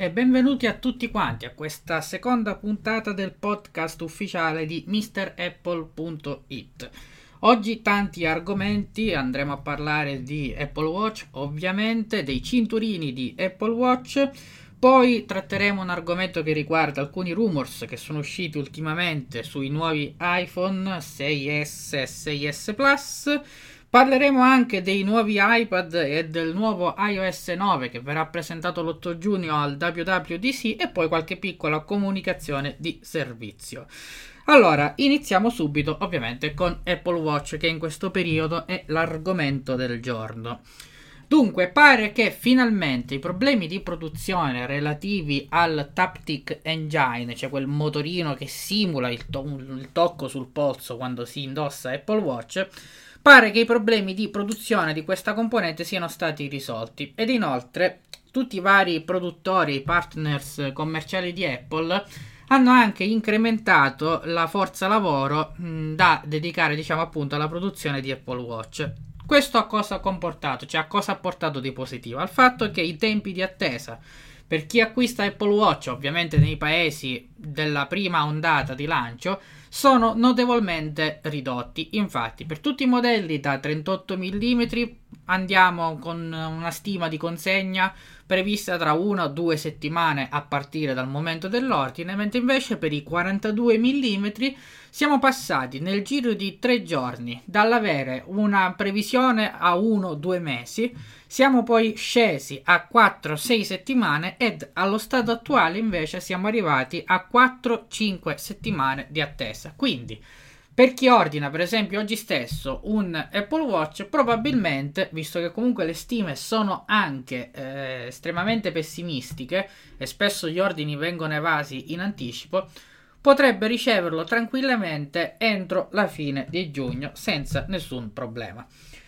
e benvenuti a tutti quanti a questa seconda puntata del podcast ufficiale di MrApple.it. Oggi tanti argomenti, andremo a parlare di Apple Watch, ovviamente, dei cinturini di Apple Watch, poi tratteremo un argomento che riguarda alcuni rumors che sono usciti ultimamente sui nuovi iPhone 6S e 6S Plus. Parleremo anche dei nuovi iPad e del nuovo iOS 9 che verrà presentato l'8 giugno al WWDC e poi qualche piccola comunicazione di servizio. Allora, iniziamo subito ovviamente con Apple Watch, che in questo periodo è l'argomento del giorno. Dunque, pare che finalmente i problemi di produzione relativi al Taptic Engine, cioè quel motorino che simula il tocco sul polso quando si indossa Apple Watch, pare che i problemi di produzione di questa componente siano stati risolti ed inoltre tutti i vari produttori e partners commerciali di Apple hanno anche incrementato la forza lavoro da dedicare, diciamo appunto, alla produzione di Apple Watch. Questo a cosa ha comportato? Cioè a cosa ha portato di positivo? Al fatto che i tempi di attesa per chi acquista Apple Watch, ovviamente nei paesi della prima ondata di lancio, sono notevolmente ridotti. Infatti, per tutti i modelli da 38 mm andiamo con una stima di consegna prevista tra 1 o 2 settimane a partire dal momento dell'ordine, mentre invece per i 42 mm siamo passati nel giro di 3 giorni dall'avere una previsione a 1-2 mesi, siamo poi scesi a 4-6 settimane ed allo stato attuale invece siamo arrivati a 4-5 settimane di attesa. Quindi per chi ordina per esempio oggi stesso un Apple Watch, probabilmente, visto che comunque le stime sono anche estremamente pessimistiche e spesso gli ordini vengono evasi in anticipo, potrebbe riceverlo tranquillamente entro la fine di giugno senza nessun problema.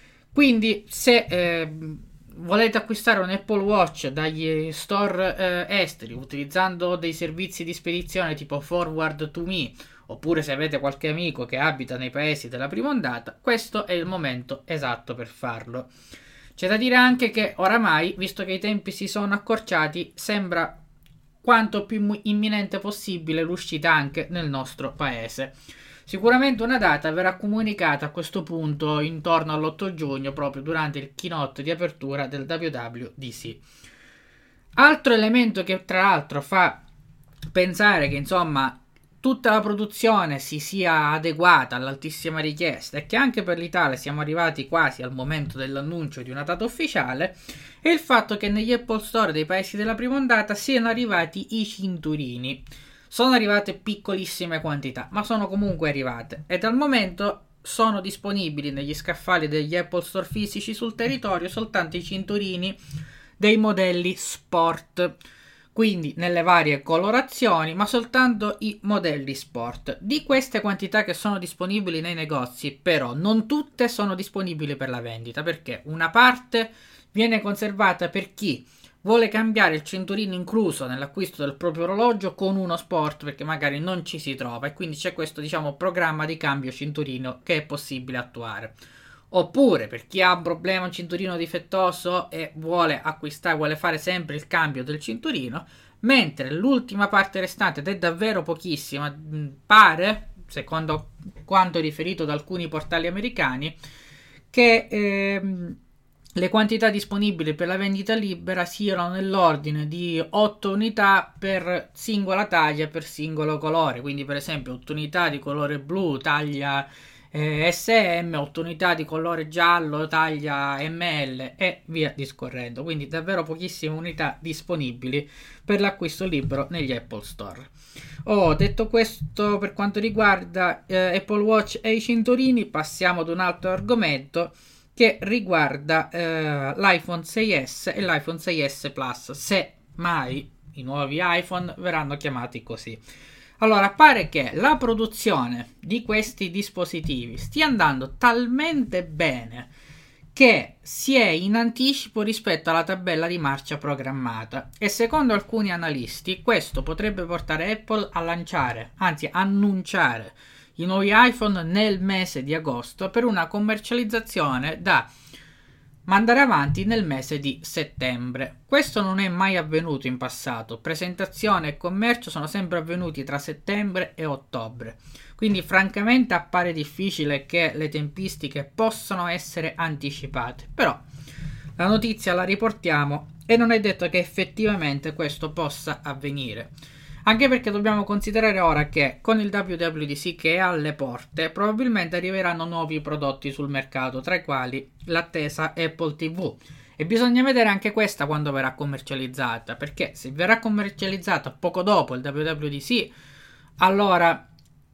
Quindi se volete acquistare un Apple Watch dagli store esteri utilizzando dei servizi di spedizione tipo Forward to Me, oppure se avete qualche amico che abita nei paesi della prima ondata, questo è il momento esatto per farlo. C'è da dire anche che oramai, visto che i tempi si sono accorciati, sembra quanto più imminente possibile l'uscita anche nel nostro paese. Sicuramente una data verrà comunicata a questo punto intorno all'8 giugno, proprio durante il keynote di apertura del WWDC. Altro elemento che tra l'altro fa pensare che insomma tutta la produzione si sia adeguata all'altissima richiesta e che anche per l'Italia siamo arrivati quasi al momento dell'annuncio di una data ufficiale è il fatto che negli Apple Store dei paesi della prima ondata siano arrivati i cinturini. Sono arrivate piccolissime quantità, ma sono comunque arrivate ed al momento sono disponibili negli scaffali degli Apple Store fisici sul territorio soltanto i cinturini dei modelli Sport, quindi nelle varie colorazioni, ma soltanto i modelli Sport. Di queste quantità che sono disponibili nei negozi, però non tutte sono disponibili per la vendita, perché una parte viene conservata per chi vuole cambiare il cinturino incluso nell'acquisto del proprio orologio con uno Sport, perché magari non ci si trova e quindi c'è questo, diciamo, programma di cambio cinturino che è possibile attuare. Oppure per chi ha un problema, un cinturino difettoso e vuole acquistare, vuole fare sempre il cambio del cinturino, mentre l'ultima parte restante, ed è davvero pochissima, pare, secondo quanto riferito da alcuni portali americani, che le quantità disponibili per la vendita libera siano nell'ordine di 8 unità per singola taglia, per singolo colore. Quindi per esempio 8 unità di colore blu taglia SM, 8 unità di colore giallo taglia ML e via discorrendo. Quindi davvero pochissime unità disponibili per l'acquisto libero negli Apple Store. Detto questo, per quanto riguarda Apple Watch e i cinturini, passiamo ad un altro argomento che riguarda l'iPhone 6S e l'iPhone 6S Plus, se mai i nuovi iPhone verranno chiamati così. Allora, pare che la produzione di questi dispositivi stia andando talmente bene che si è in anticipo rispetto alla tabella di marcia programmata e secondo alcuni analisti questo potrebbe portare Apple a lanciare, anzi annunciare i nuovi iPhone nel mese di agosto per una commercializzazione da ma andare avanti nel mese di settembre. Questo non è mai avvenuto in passato. Presentazione e commercio sono sempre avvenuti tra settembre e ottobre. Quindi francamente appare difficile che le tempistiche possano essere anticipate. Però la notizia la riportiamo e non è detto che effettivamente questo possa avvenire. Anche perché dobbiamo considerare ora che con il WWDC che è alle porte probabilmente arriveranno nuovi prodotti sul mercato, tra i quali l'attesa Apple TV. E bisogna vedere anche questa quando verrà commercializzata, perché se verrà commercializzata poco dopo il WWDC, allora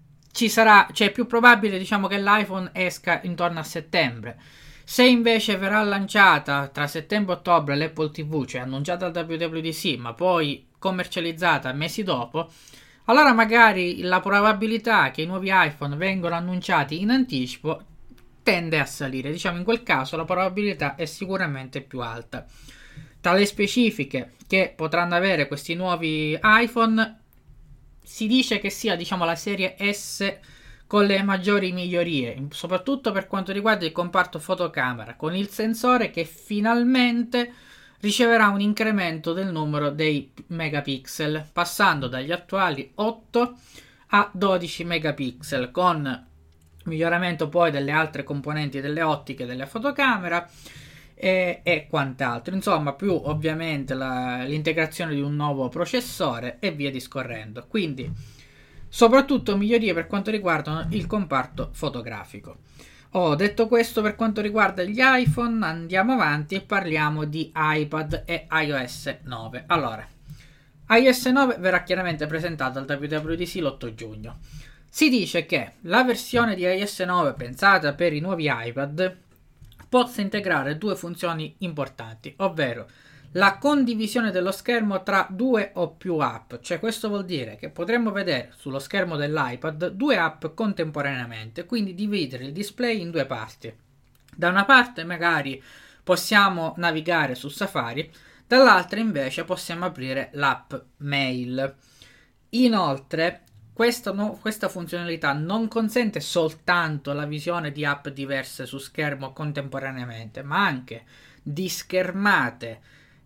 è più probabile, diciamo, che l'iPhone esca intorno a settembre. Se invece verrà lanciata tra settembre e ottobre l'Apple TV, cioè annunciata al WWDC, ma poi commercializzata mesi dopo, allora magari la probabilità che i nuovi iPhone vengano annunciati in anticipo tende a salire. Diciamo, in quel caso la probabilità è sicuramente più alta. Tra le specifiche che potranno avere questi nuovi iPhone si dice che sia, diciamo, la serie S con le maggiori migliorie, soprattutto per quanto riguarda il comparto fotocamera, con il sensore che finalmente riceverà un incremento del numero dei megapixel, passando dagli attuali 8 a 12 megapixel, con miglioramento poi delle altre componenti delle ottiche della fotocamera e quant'altro. Insomma, più ovviamente l'integrazione di un nuovo processore e via discorrendo. Quindi soprattutto migliorie per quanto riguardano il comparto fotografico. Detto questo, per quanto riguarda gli iPhone, andiamo avanti e parliamo di iPad e iOS 9. Allora, iOS 9 verrà chiaramente presentato al WWDC l'8 giugno. Si dice che la versione di iOS 9 pensata per i nuovi iPad possa integrare due funzioni importanti, ovvero la condivisione dello schermo tra due o più app. Cioè, questo vuol dire che potremmo vedere sullo schermo dell'iPad due app contemporaneamente, quindi dividere il display in due parti. Da una parte magari possiamo navigare su Safari, dall'altra invece possiamo aprire l'app Mail. Inoltre questa funzionalità non consente soltanto la visione di app diverse su schermo contemporaneamente, ma anche di schermate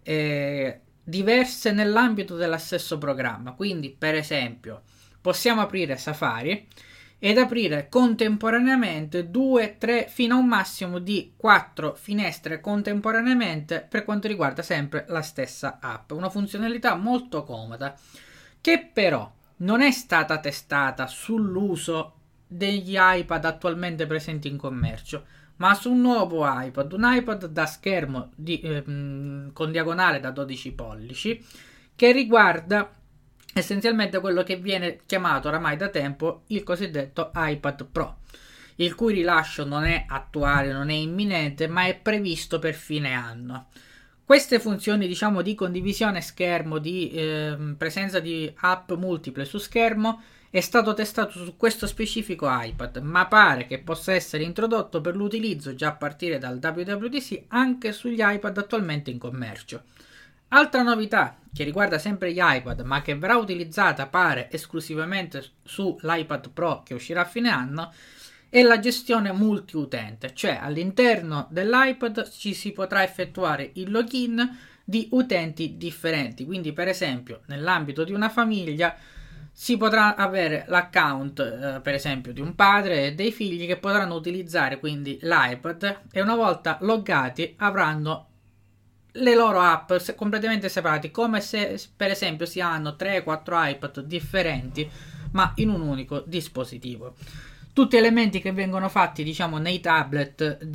diverse nell'ambito dello stesso programma. Quindi, per esempio, possiamo aprire Safari ed aprire contemporaneamente 2, 3 fino a un massimo di 4 finestre contemporaneamente per quanto riguarda sempre la stessa app. Una funzionalità molto comoda che però non è stata testata sull'uso degli iPad attualmente presenti in commercio, ma su un nuovo iPad, un iPad da schermo con diagonale da 12 pollici, che riguarda essenzialmente quello che viene chiamato oramai da tempo il cosiddetto iPad Pro, il cui rilascio non è attuale, non è imminente, ma è previsto per fine anno. Queste funzioni, diciamo, di condivisione schermo, di presenza di app multiple su schermo, è stato testato su questo specifico iPad, ma pare che possa essere introdotto per l'utilizzo già a partire dal WWDC anche sugli iPad attualmente in commercio. Altra novità che riguarda sempre gli iPad, ma che verrà utilizzata pare esclusivamente sull'iPad Pro che uscirà a fine anno, è la gestione multiutente, cioè all'interno dell'iPad ci si potrà effettuare il login di utenti differenti. Quindi, per esempio, nell'ambito di una famiglia si potrà avere l'account, per esempio, di un padre e dei figli che potranno utilizzare quindi l'iPad e una volta loggati avranno le loro app completamente separate, come se per esempio si hanno 3-4 iPad differenti ma in un unico dispositivo. Tutti elementi che vengono fatti, diciamo, nei tablet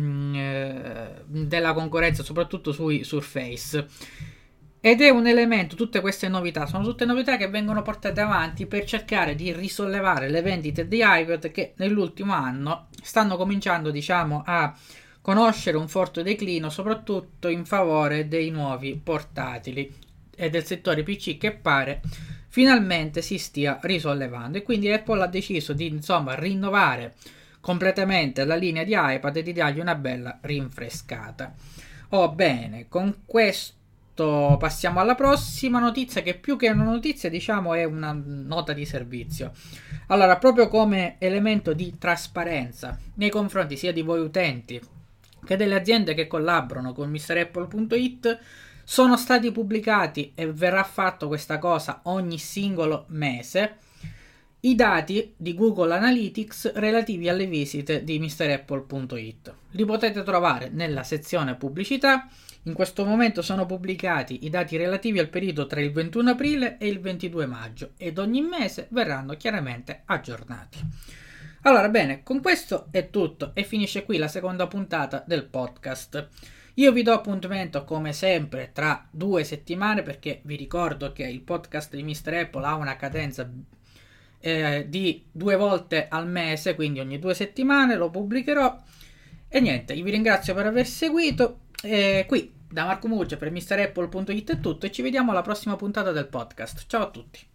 della concorrenza, soprattutto sui Surface. Ed è un elemento, tutte queste novità sono tutte novità che vengono portate avanti per cercare di risollevare le vendite di iPad che nell'ultimo anno stanno cominciando, diciamo, a conoscere un forte declino, soprattutto in favore dei nuovi portatili e del settore PC che pare finalmente si stia risollevando. E quindi Apple ha deciso di, insomma, rinnovare completamente la linea di iPad e di dargli una bella rinfrescata. Bene, con questo passiamo alla prossima notizia, che più che una notizia, diciamo, è una nota di servizio. Allora, proprio come elemento di trasparenza nei confronti sia di voi utenti che delle aziende che collaborano con MrApple.it sono stati pubblicati, e verrà fatto questa cosa ogni singolo mese, i dati di Google Analytics relativi alle visite di MrApple.it. Li potete trovare nella sezione pubblicità. In questo momento sono pubblicati i dati relativi al periodo tra il 21 aprile e il 22 maggio ed ogni mese verranno chiaramente aggiornati. Allora, bene, con questo è tutto e finisce qui la seconda puntata del podcast. Io vi do appuntamento come sempre tra 2 settimane, perché vi ricordo che il podcast di Mr. Apple ha una cadenza di 2 volte al mese, quindi ogni 2 settimane lo pubblicherò. E niente, io vi ringrazio per aver seguito. Qui da Marco Murgia per MrApple.it è tutto e ci vediamo alla prossima puntata del podcast. Ciao a tutti.